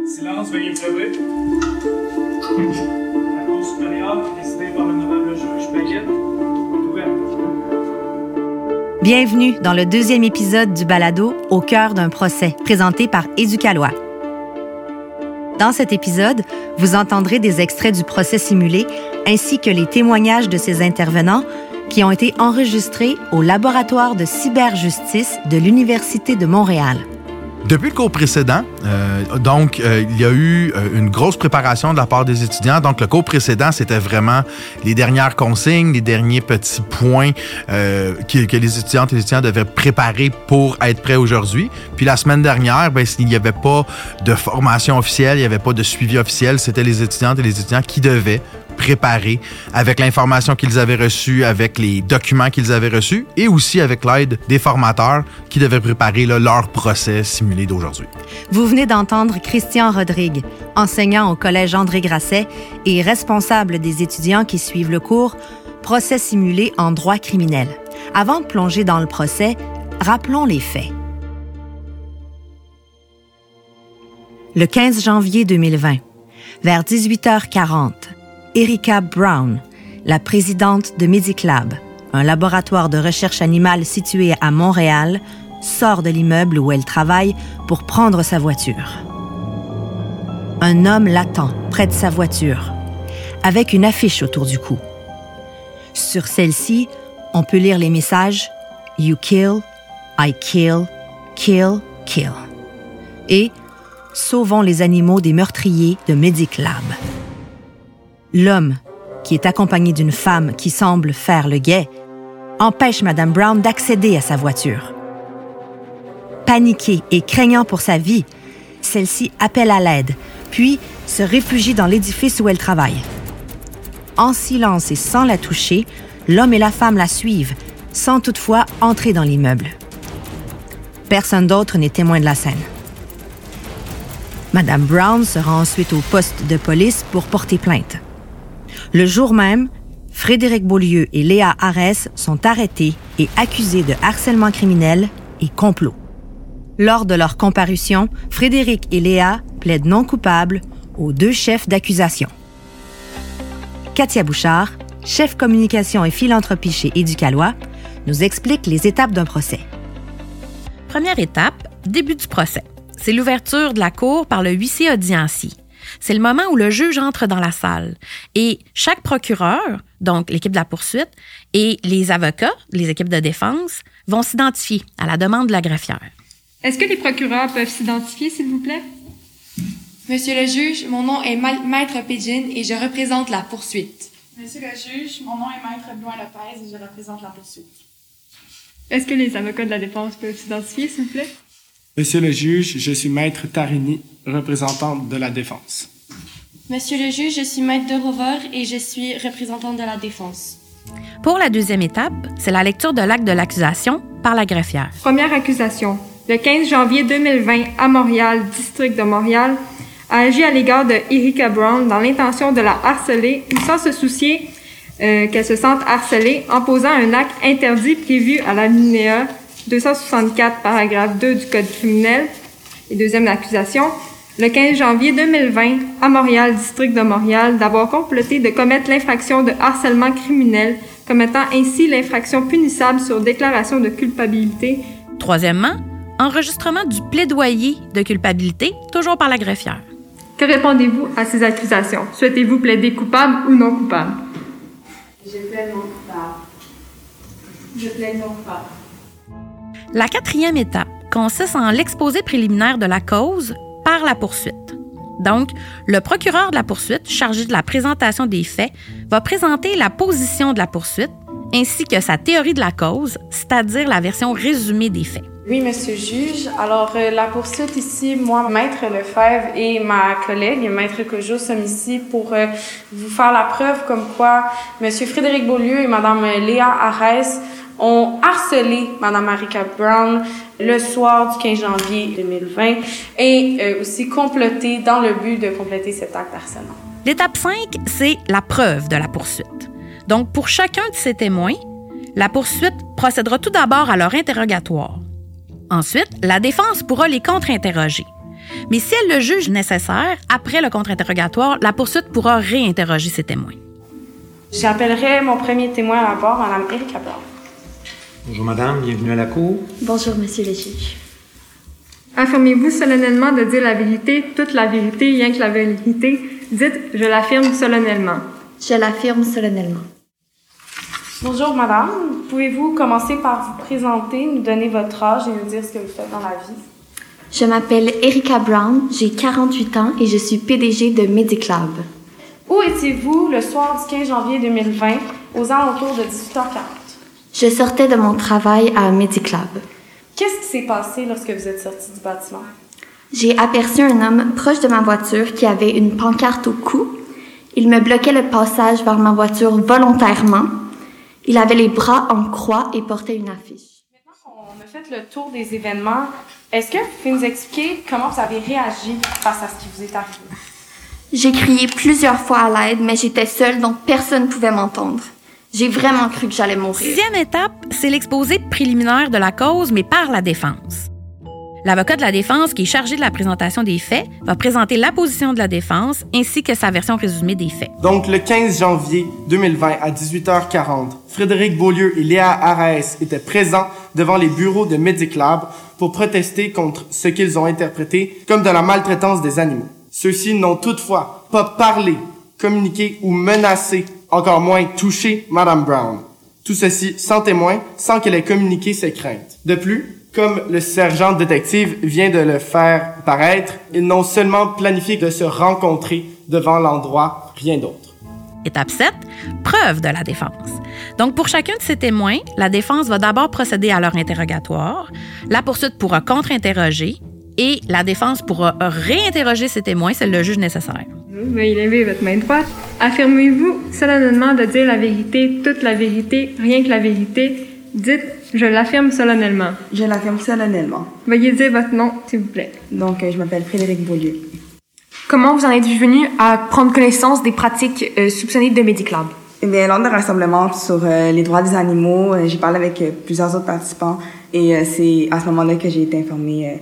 Silence, veuillez vous lever. La Cour supérieure, présidée par l'honorable juge Paquette, est ouverte. Bienvenue dans le deuxième épisode du balado « Au cœur d'un procès » présenté par Éducalois. Dans cet épisode, vous entendrez des extraits du procès simulé ainsi que les témoignages de ses intervenants qui ont été enregistrés au laboratoire de cyberjustice de l'Université de Montréal. Depuis le cours précédent, il y a eu une grosse préparation de la part des étudiants. Donc, le cours précédent, c'était vraiment les dernières consignes, les derniers petits points que les étudiantes et les étudiants devaient préparer pour être prêts aujourd'hui. Puis la semaine dernière, il n'y avait pas de formation officielle, il n'y avait pas de suivi officiel. C'était les étudiantes et les étudiants qui devaient préparer avec l'information qu'ils avaient reçue, avec les documents qu'ils avaient reçus et aussi avec l'aide des formateurs qui devaient préparer leur procès simulé d'aujourd'hui. Vous venez d'entendre Christian Rodrigue, enseignant au Collège André Grasset et responsable des étudiants qui suivent le cours « Procès simulé en droit criminel ». Avant de plonger dans le procès, rappelons les faits. Le 15 janvier 2020, vers 18h40, Erika Brown, la présidente de Mediclab, un laboratoire de recherche animale situé à Montréal, sort de l'immeuble où elle travaille pour prendre sa voiture. Un homme l'attend près de sa voiture, avec une affiche autour du cou. Sur celle-ci, on peut lire les messages « You kill, I kill, kill, kill » et « Sauvons les animaux des meurtriers de Mediclab ». L'homme, qui est accompagné d'une femme qui semble faire le guet, empêche Mme Brown d'accéder à sa voiture. Paniquée et craignant pour sa vie, celle-ci appelle à l'aide, puis se réfugie dans l'édifice où elle travaille. En silence et sans la toucher, l'homme et la femme la suivent, sans toutefois entrer dans l'immeuble. Personne d'autre n'est témoin de la scène. Mme Brown se rend ensuite au poste de police pour porter plainte. Le jour même, Frédéric Beaulieu et Léa Arès sont arrêtés et accusés de harcèlement criminel et complot. Lors de leur comparution, Frédéric et Léa plaident non coupables aux deux chefs d'accusation. Katia Bouchard, chef communication et philanthropie chez Éducalois, nous explique les étapes d'un procès. Première étape, début du procès. C'est l'ouverture de la cour par le huissier audiencier. C'est le moment où le juge entre dans la salle et chaque procureur, donc l'équipe de la poursuite, et les avocats, les équipes de défense, vont s'identifier à la demande de la greffière. Est-ce que les procureurs peuvent s'identifier, s'il vous plaît? Monsieur le juge, mon nom est Maître Pidgin et je représente la poursuite. Monsieur le juge, mon nom est Maître Blouin-Lopez et je représente la poursuite. Est-ce que les avocats de la défense peuvent s'identifier, s'il vous plaît? Monsieur le juge, je suis Maître Tarini, représentante de la défense. Monsieur le juge, je suis Maître de Rover et je suis représentante de la défense. Pour la deuxième étape, c'est la lecture de l'acte de l'accusation par la greffière. Première accusation. Le 15 janvier 2020, à Montréal, district de Montréal, a agi à l'égard de Erika Brown dans l'intention de la harceler ou sans se soucier qu'elle se sente harcelée en posant un acte interdit prévu à l'alinéa 264, paragraphe 2 du Code criminel. Et deuxième accusation, le 15 janvier 2020, à Montréal, district de Montréal, d'avoir comploté de commettre l'infraction de harcèlement criminel, commettant ainsi l'infraction punissable sur déclaration de culpabilité. Troisièmement, enregistrement du plaidoyer de culpabilité, toujours par la greffière. Que répondez-vous à ces accusations? Souhaitez-vous plaider coupable ou non coupable? Je plaide non coupable. Je plaide non coupable. La quatrième étape consiste en l'exposé préliminaire de la cause par la poursuite. Donc, le procureur de la poursuite, chargé de la présentation des faits, va présenter la position de la poursuite ainsi que sa théorie de la cause, c'est-à-dire la version résumée des faits. Oui, monsieur le juge. Alors, la poursuite ici, moi, Maître Lefebvre et ma collègue, Maître Cojo, sommes ici pour vous faire la preuve comme quoi monsieur Frédéric Beaulieu et madame Léa Arès ont harcelé Mme Erika Brown le soir du 15 janvier 2020 et aussi comploté dans le but de compléter cet acte d'harcèlement. L'étape 5, c'est la preuve de la poursuite. Donc, pour chacun de ces témoins, la poursuite procédera tout d'abord à leur interrogatoire. Ensuite, la défense pourra les contre-interroger. Mais si elle le juge nécessaire, après le contre-interrogatoire, la poursuite pourra réinterroger ses témoins. J'appellerai mon premier témoin à la barre, Mme Erika Brown. Bonjour madame, bienvenue à la cour. Bonjour monsieur le juge. Affirmez-vous solennellement de dire la vérité, toute la vérité, rien que la vérité? Dites « Je l'affirme solennellement ». Je l'affirme solennellement. Bonjour madame, pouvez-vous commencer par vous présenter, nous donner votre âge et nous dire ce que vous faites dans la vie? Je m'appelle Erika Brown, j'ai 48 ans et je suis PDG de Mediclab. Où étiez-vous le soir du 15 janvier 2020 aux alentours de 18h40? Je sortais de mon travail à Mediclab. Qu'est-ce qui s'est passé lorsque vous êtes sorti du bâtiment? J'ai aperçu un homme proche de ma voiture qui avait une pancarte au cou. Il me bloquait le passage vers ma voiture volontairement. Il avait les bras en croix et portait une affiche. Maintenant qu'on a fait le tour des événements, est-ce que vous pouvez nous expliquer comment vous avez réagi face à ce qui vous est arrivé? J'ai crié plusieurs fois à l'aide, mais j'étais seule, donc personne ne pouvait m'entendre. J'ai vraiment cru que j'allais mourir. 6e étape, c'est l'exposé préliminaire de la cause, mais par la défense. L'avocat de la défense, qui est chargé de la présentation des faits, va présenter la position de la défense ainsi que sa version résumée des faits. Donc, le 15 janvier 2020 à 18h40, Frédéric Beaulieu et Léa Araès étaient présents devant les bureaux de Mediclab pour protester contre ce qu'ils ont interprété comme de la maltraitance des animaux. Ceux-ci n'ont toutefois pas parlé, communiqué ou menacé, encore moins touché Mme Brown. Tout ceci sans témoin, sans qu'elle ait communiqué ses craintes. De plus, comme le sergent détective vient de le faire paraître, ils n'ont seulement planifié de se rencontrer devant l'endroit, rien d'autre. Étape 7, preuve de la défense. Donc, pour chacun de ces témoins, la défense va d'abord procéder à leur interrogatoire, la poursuite pourra contre-interroger et la défense pourra réinterroger ses témoins si elle le juge nécessaire. Veuillez lever votre main droite. Affirmez-vous solennellement de dire la vérité, toute la vérité, rien que la vérité? Dites « Je l'affirme solennellement ». Je l'affirme solennellement. Veuillez dire votre nom, s'il vous plaît. Donc, je m'appelle Frédéric Beaulieu. Comment vous en êtes venu à prendre connaissance des pratiques soupçonnées de Mediclab? Eh bien, lors de rassemblement sur les droits des animaux, j'ai parlé avec plusieurs autres participants et c'est à ce moment-là que j'ai été informée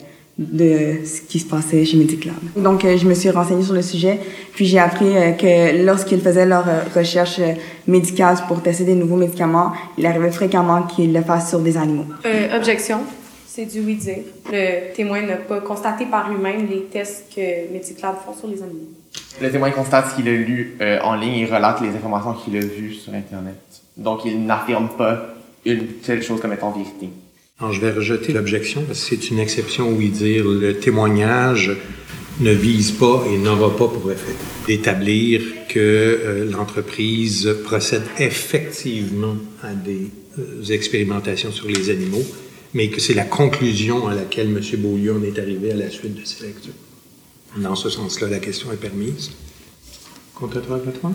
de ce qui se passait chez Mediclab. Donc, je me suis renseignée sur le sujet, puis j'ai appris que lorsqu'ils faisaient leur recherche médicale pour tester des nouveaux médicaments, il arrivait fréquemment qu'ils le fassent sur des animaux. Objection. C'est du oui-dire. Le témoin n'a pas constaté par lui-même les tests que Mediclab font sur les animaux. Le témoin constate ce qu'il a lu en ligne et relate les informations qu'il a vues sur Internet. Donc, il n'affirme pas une telle chose comme étant vérité. Alors, je vais rejeter l'objection parce que c'est une exception où il dit le témoignage ne vise pas et n'aura pas pour effet d'établir que l'entreprise procède effectivement à des expérimentations sur les animaux, mais que c'est la conclusion à laquelle M. Beaulieu en est arrivé à la suite de ses lectures. Dans ce sens-là, la question est permise. Contre-interrogatoire?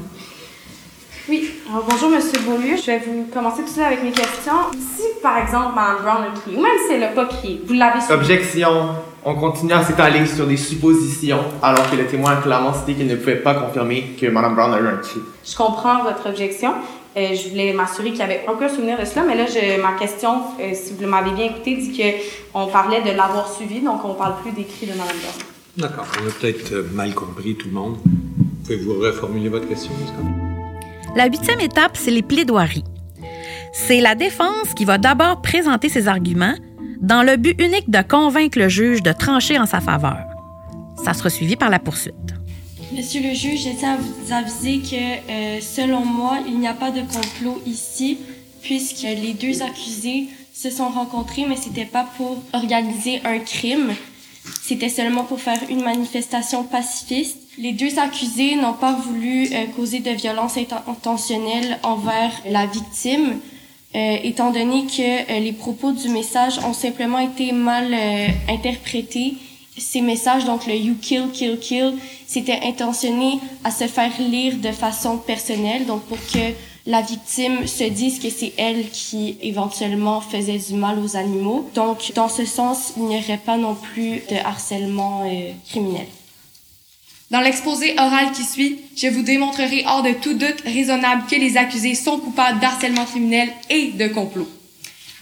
Oui. Alors, bonjour, M. Beaulieu. Je vais vous commencer tout de suite avec mes questions. Si, par exemple, Mme Brown a crié, ou même si elle n'a pas crié, vous l'avez suivi? Objection. On continue à s'étaler sur des suppositions, alors que le témoin a clairement cité qu'il ne pouvait pas confirmer que Mme Brown a eu un cri. Je comprends votre objection. Je voulais m'assurer qu'il y avait aucun souvenir de cela, mais là, ma question, si vous m'avez bien écouté, dit qu'on parlait de l'avoir suivi, donc on ne parle plus des cris de Mme Brown. D'accord. On a peut-être mal compris tout le monde. Pouvez-vous reformuler votre question, Oscar? La 8e étape, c'est les plaidoiries. C'est la défense qui va d'abord présenter ses arguments dans le but unique de convaincre le juge de trancher en sa faveur. Ça sera suivi par la poursuite. Monsieur le juge, je tiens à vous aviser que, selon moi, il n'y a pas de complot ici, puisque les deux accusés se sont rencontrés, mais c'était pas pour organiser un crime. C'était seulement pour faire une manifestation pacifiste. Les deux accusés n'ont pas voulu causer de violence intentionnelle envers la victime, étant donné que les propos du message ont simplement été mal interprétés. Ces messages, donc le « you kill, kill, kill », c'était intentionné à se faire lire de façon personnelle, donc pour que la victime se dise que c'est elle qui éventuellement faisait du mal aux animaux. Donc, dans ce sens, il n'y aurait pas non plus de harcèlement criminel. Dans l'exposé oral qui suit, je vous démontrerai hors de tout doute raisonnable que les accusés sont coupables d'harcèlement criminel et de complot.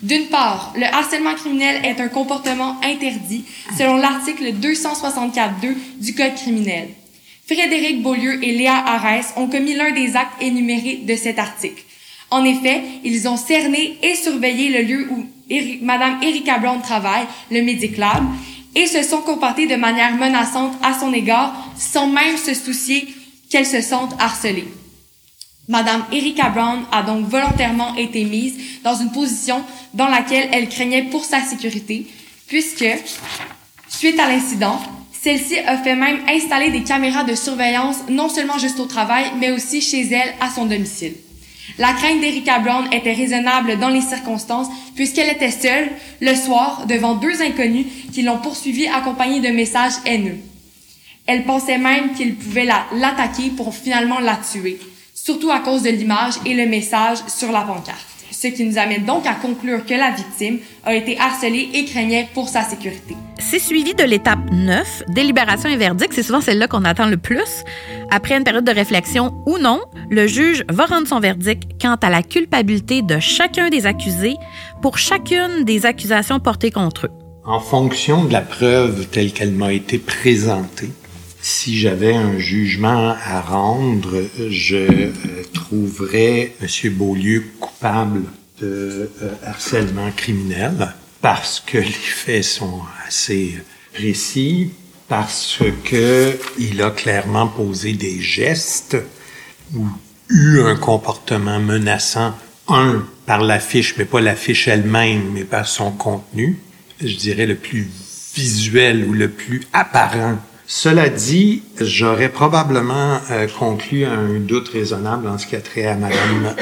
D'une part, le harcèlement criminel est un comportement interdit selon l'article 264.2 du Code criminel. Frédéric Beaulieu et Léa Arès ont commis l'un des actes énumérés de cet article. En effet, ils ont cerné et surveillé le lieu où Madame Erika Brown travaille, le Mediclab, et se sont comportés de manière menaçante à son égard, sans même se soucier qu'elle se sente harcelée. Madame Erika Brown a donc volontairement été mise dans une position dans laquelle elle craignait pour sa sécurité, puisque, suite à l'incident, celle-ci a fait même installer des caméras de surveillance non seulement juste au travail, mais aussi chez elle, à son domicile. La crainte d'Erika Brown était raisonnable dans les circonstances, puisqu'elle était seule, le soir, devant 2 inconnus qui l'ont poursuivie accompagnée de messages haineux. Elle pensait même qu'ils pouvaient l'attaquer pour finalement la tuer, surtout à cause de l'image et le message sur la pancarte. Ce qui nous amène donc à conclure que la victime a été harcelée et craignait pour sa sécurité. C'est suivi de l'étape 9, délibération et verdict. C'est souvent celle-là qu'on attend le plus. Après une période de réflexion ou non, le juge va rendre son verdict quant à la culpabilité de chacun des accusés pour chacune des accusations portées contre eux. En fonction de la preuve telle qu'elle m'a été présentée, si j'avais un jugement à rendre, je trouverais M. Beaulieu coupable de harcèlement criminel parce que les faits sont assez précis, parce que il a clairement posé des gestes ou eu un comportement menaçant, par l'affiche, mais pas l'affiche elle-même, mais par son contenu, je dirais le plus visuel ou le plus apparent. Cela dit, j'aurais probablement conclu à un doute raisonnable en ce qui a trait à Mme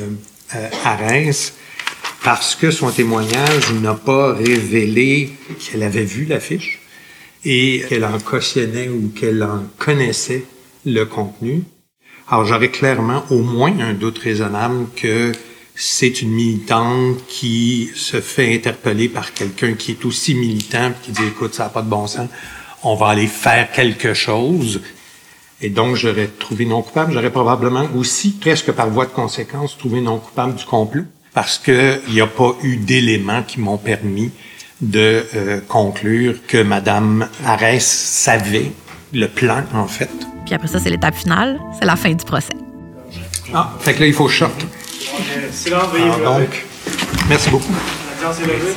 Arès, parce que son témoignage n'a pas révélé qu'elle avait vu l'affiche et qu'elle en cautionnait ou qu'elle en connaissait le contenu. Alors, j'aurais clairement au moins un doute raisonnable que c'est une militante qui se fait interpeller par quelqu'un qui est aussi militant et qui dit « Écoute, ça n'a pas de bon sens. On va aller faire quelque chose ». Et donc, j'aurais trouvé non coupable. J'aurais probablement aussi, presque par voie de conséquence, trouvé non coupable du complot. Parce que il n'y a pas eu d'éléments qui m'ont permis de conclure que Mme Arès savait le plan, en fait. Puis après ça, c'est l'étape finale. C'est la fin du procès. Ah, fait que là, il faut short. Silence, veuillez vous lever. Donc, merci beaucoup. L'audience est levée.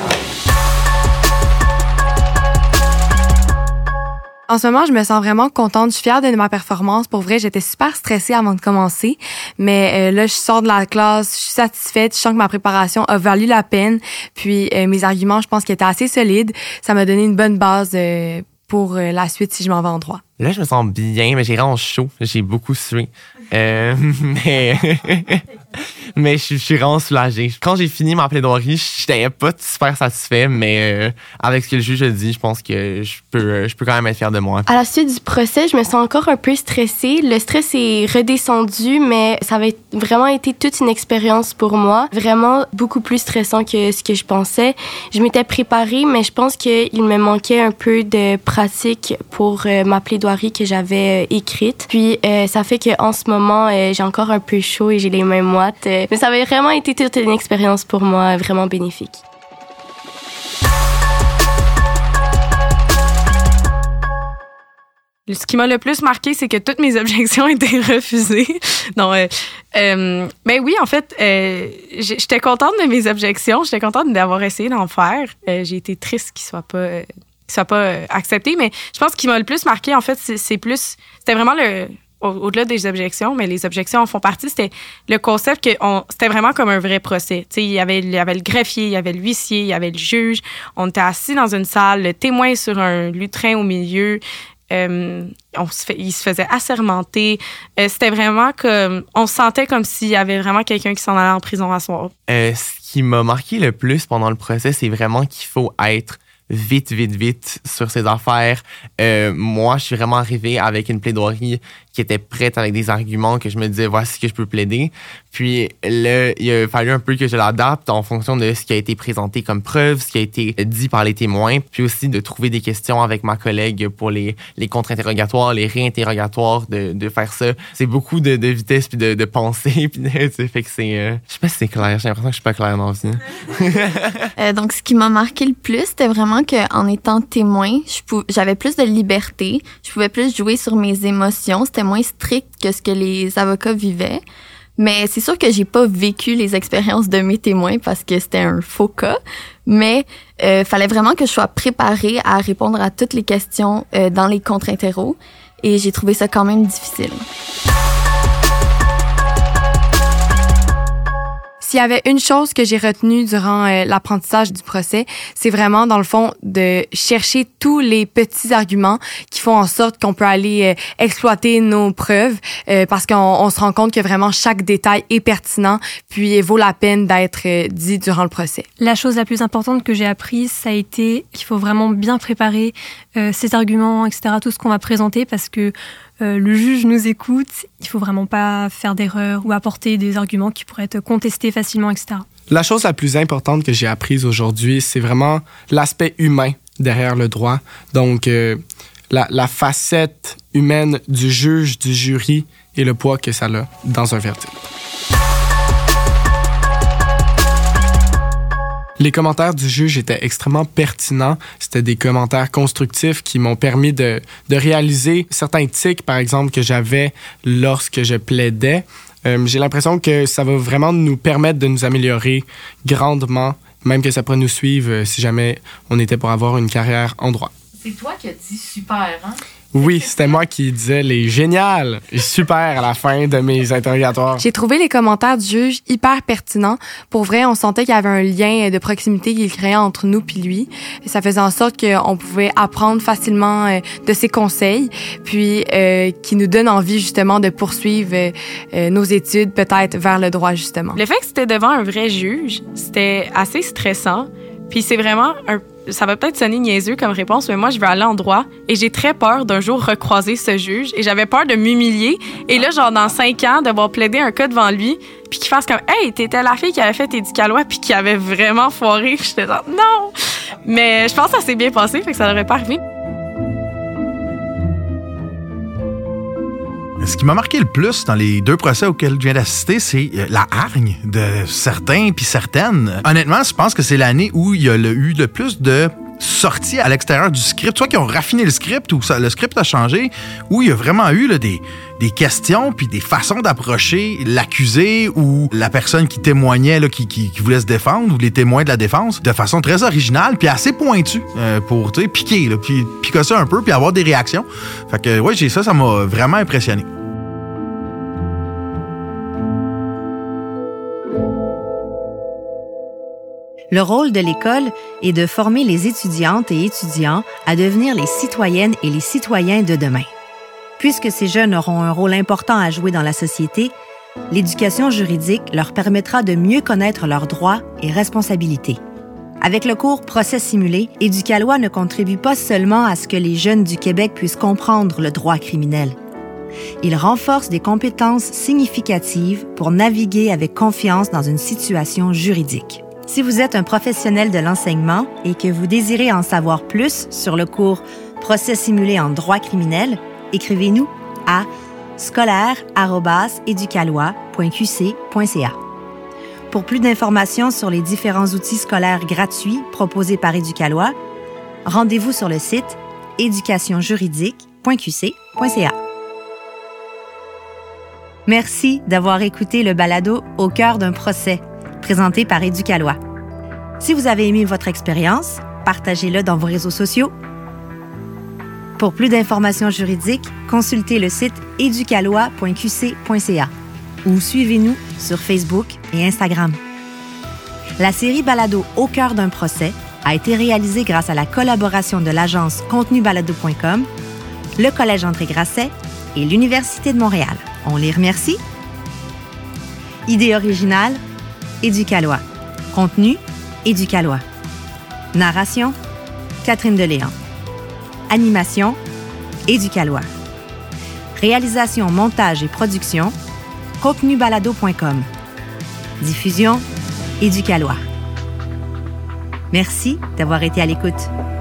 En ce moment, je me sens vraiment contente, je suis fière de ma performance. Pour vrai, j'étais super stressée avant de commencer, mais là, je sors de la classe, je suis satisfaite, je sens que ma préparation a valu la peine. Puis mes arguments, je pense qu'ils étaient assez solides. Ça m'a donné une bonne base pour la suite si je m'en vais en droit. Là, je me sens bien, mais j'ai vraiment chaud. J'ai beaucoup sué. Mais je suis vraiment soulagé. Quand j'ai fini ma plaidoirie, j'étais pas super satisfait, mais avec ce que le juge a dit, je pense que je peux quand même être fier de moi. À la suite du procès, je me sens encore un peu stressée. Le stress est redescendu, mais ça avait vraiment été toute une expérience pour moi. Vraiment beaucoup plus stressant que ce que je pensais. Je m'étais préparée, mais je pense qu'il me manquait un peu de pratique pour ma plaidoirie que j'avais écrite. Puis ça fait qu'en ce moment, j'ai encore un peu chaud et j'ai les mains moites. Mais ça avait vraiment été toute une expérience pour moi, vraiment bénéfique. Ce qui m'a le plus marqué, c'est que toutes mes objections étaient refusées. Non, ben oui, en fait, j'étais contente de mes objections. J'étais contente d'avoir essayé d'en faire. J'ai été triste qu'ils soient pas acceptés. Mais je pense ce qui m'a le plus marqué, en fait, c'était vraiment au-delà des objections, mais les objections en font partie, c'était le concept que c'était vraiment comme un vrai procès. Tu sais, il y avait le greffier, il y avait le huissier, il y avait le juge. On était assis dans une salle, le témoin sur un lutrin au milieu. Il se faisait assermenter. C'était vraiment comme... On se sentait comme s'il y avait vraiment quelqu'un qui s'en allait en prison à soir. Ce qui m'a marqué le plus pendant le procès, c'est vraiment qu'il faut être vite sur ses affaires. Moi, je suis vraiment arrivé avec une plaidoirie qui était prête avec des arguments que je me disais, voici ce que je peux plaider. Puis là, il a fallu un peu que je l'adapte en fonction de ce qui a été présenté comme preuve, ce qui a été dit par les témoins, puis aussi de trouver des questions avec ma collègue pour les contre-interrogatoires, les réinterrogatoires, de faire ça. C'est beaucoup de vitesse puis de pensée. Puis fait que c'est... je sais pas si c'est clair, j'ai l'impression que je suis pas claire dans la vie. Donc, ce qui m'a marqué le plus, c'était vraiment qu'en étant témoin, j'avais plus de liberté, je pouvais plus jouer sur mes émotions, c'était moins strict que ce que les avocats vivaient. Mais c'est sûr que j'ai pas vécu les expériences de mes témoins parce que c'était un faux cas. Mais fallait vraiment que je sois préparée à répondre à toutes les questions dans les contre-interros. Et j'ai trouvé ça quand même difficile. S'il y avait une chose que j'ai retenue durant l'apprentissage du procès, c'est vraiment, dans le fond, de chercher tous les petits arguments qui font en sorte qu'on peut aller exploiter nos preuves parce qu'on se rend compte que vraiment chaque détail est pertinent puis vaut la peine d'être dit durant le procès. La chose la plus importante que j'ai apprise, ça a été qu'il faut vraiment bien préparer ses arguments, etc., tout ce qu'on va présenter parce que le juge nous écoute, il faut vraiment pas faire d'erreur ou apporter des arguments qui pourraient être contestés facilement, etc. La chose la plus importante que j'ai apprise aujourd'hui, c'est vraiment l'aspect humain derrière le droit. Donc, la facette humaine du juge, du jury et le poids que ça a dans un verdict. Les commentaires du juge étaient extrêmement pertinents. C'était des commentaires constructifs qui m'ont permis de réaliser certains tics, par exemple, que j'avais lorsque je plaidais. J'ai l'impression que ça va vraiment nous permettre de nous améliorer grandement, même que ça pourrait nous suivre si jamais on était pour avoir une carrière en droit. C'est toi qui as dit super, hein? Oui, c'était moi qui disais les génial et super à la fin de mes interrogatoires. J'ai trouvé les commentaires du juge hyper pertinents. Pour vrai, on sentait qu'il y avait un lien de proximité qu'il créait entre nous puis lui. Et ça faisait en sorte qu'on pouvait apprendre facilement de ses conseils, puis qui nous donne envie justement de poursuivre nos études peut-être vers le droit justement. Le fait que c'était devant un vrai juge, c'était assez stressant. Puis c'est vraiment ça va peut-être sonner niaiseux comme réponse, mais moi, je veux aller en droit et j'ai très peur d'un jour recroiser ce juge et j'avais peur de m'humilier. Et là, genre, dans 5 ans, devoir plaider un cas devant lui puis qu'il fasse comme « Hey, t'étais la fille qui avait fait Éducalois puis qui avait vraiment foiré. » J'étais genre « Non! » Mais je pense que ça s'est bien passé, fait que ça n'aurait pas arrivé. Ce qui m'a marqué le plus dans les 2 procès auxquels je viens d'assister, c'est la hargne de certains puis certaines. Honnêtement, je pense que c'est l'année où il y a eu le plus de sorties à l'extérieur du script, soit qui ont raffiné le script ou le script a changé, où il y a vraiment eu là, des questions puis des façons d'approcher l'accusé ou la personne qui témoignait, là, qui voulait se défendre ou les témoins de la défense de façon très originale puis assez pointue pour piquer, là, puis picosser un peu puis avoir des réactions. Fait que ouais, ça m'a vraiment impressionné. Le rôle de l'école est de former les étudiantes et étudiants à devenir les citoyennes et les citoyens de demain. Puisque ces jeunes auront un rôle important à jouer dans la société, l'éducation juridique leur permettra de mieux connaître leurs droits et responsabilités. Avec le cours Procès simulé, Éducalois ne contribue pas seulement à ce que les jeunes du Québec puissent comprendre le droit criminel. Il renforce des compétences significatives pour naviguer avec confiance dans une situation juridique. Si vous êtes un professionnel de l'enseignement et que vous désirez en savoir plus sur le cours Procès simulé en droit criminel, écrivez-nous à scolaire@educalois.qc.ca. Pour plus d'informations sur les différents outils scolaires gratuits proposés par Éducalois, rendez-vous sur le site éducationjuridique.qc.ca. Merci d'avoir écouté le balado Au cœur d'un procès, présenté par Éducalois. Si vous avez aimé votre expérience, partagez-le dans vos réseaux sociaux. Pour plus d'informations juridiques, consultez le site educalois.qc.ca ou suivez-nous sur Facebook et Instagram. La série balado Au cœur d'un procès a été réalisée grâce à la collaboration de l'agence contenubalado.com, le Collège André Grasset et l'Université de Montréal. On les remercie. Idée originale, Éducalois. Contenu, Éducalois. Narration, Catherine Deléan. Animation, Éducalois. Réalisation, montage et production, contenubalado.com. Diffusion, Éducalois. Merci d'avoir été à l'écoute.